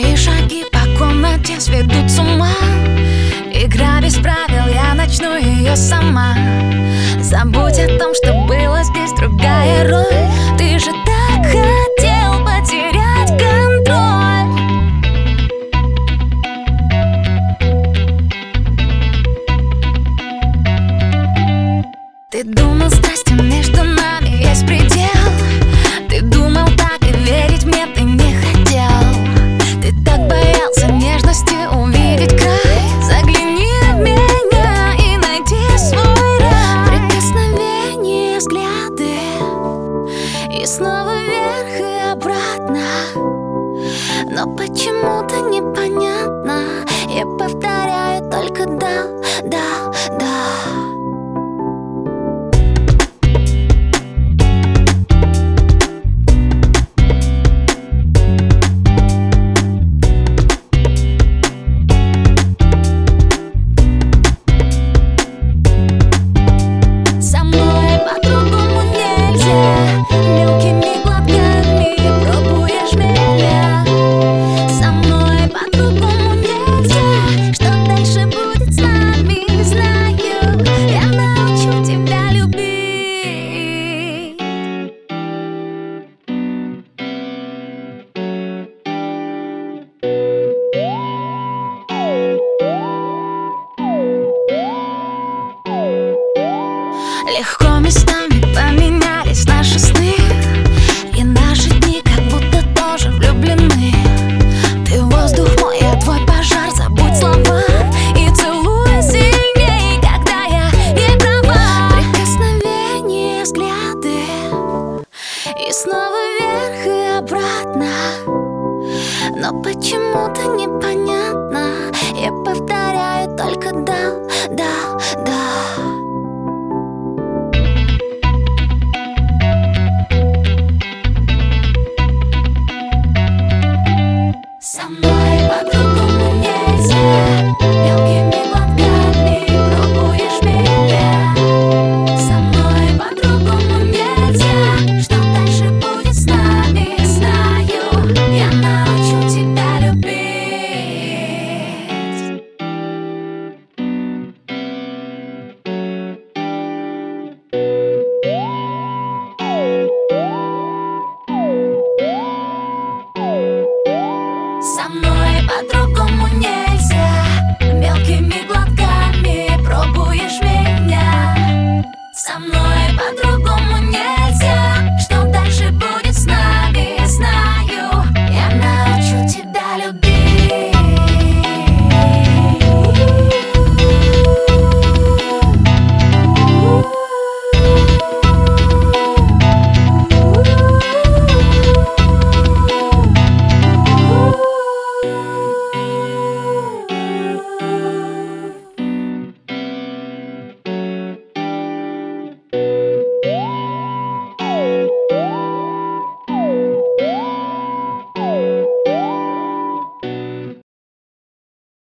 Твои шаги по комнате сведут с ума. Игра без правил, я начну ее сама. Забудь о том, что было здесь другая роль. Ты же так хотел потерять контроль. Ты думал, страсти между нами есть предел. Ты думал так, и верить мне ты не хотел. Ты так боялся нежности увидеть край. Загляни в меня и найди свой рай. Прикосновение, взгляды, и снова вверх и обратно. Но почему-то непонятно. Я повторяю только да, да, да. Легко местами поменялись наши сны, и наши дни как будто тоже влюблены. Ты воздух мой, я твой пожар, забудь слова и целуй сильней, когда я не права. Прикосновение, взгляды, и снова вверх и обратно. Но почему-то непонятно. Я повторяю только да, да, да. Со мной по-другому нельзя. Мелкими глотками пробуешь меня. Со мной по-другому нельзя. Что дальше будет с нами, знаю. Я научу тебя любить. Со мной по-другому нельзя. Мелкими глотками пробуешь меня. Со мной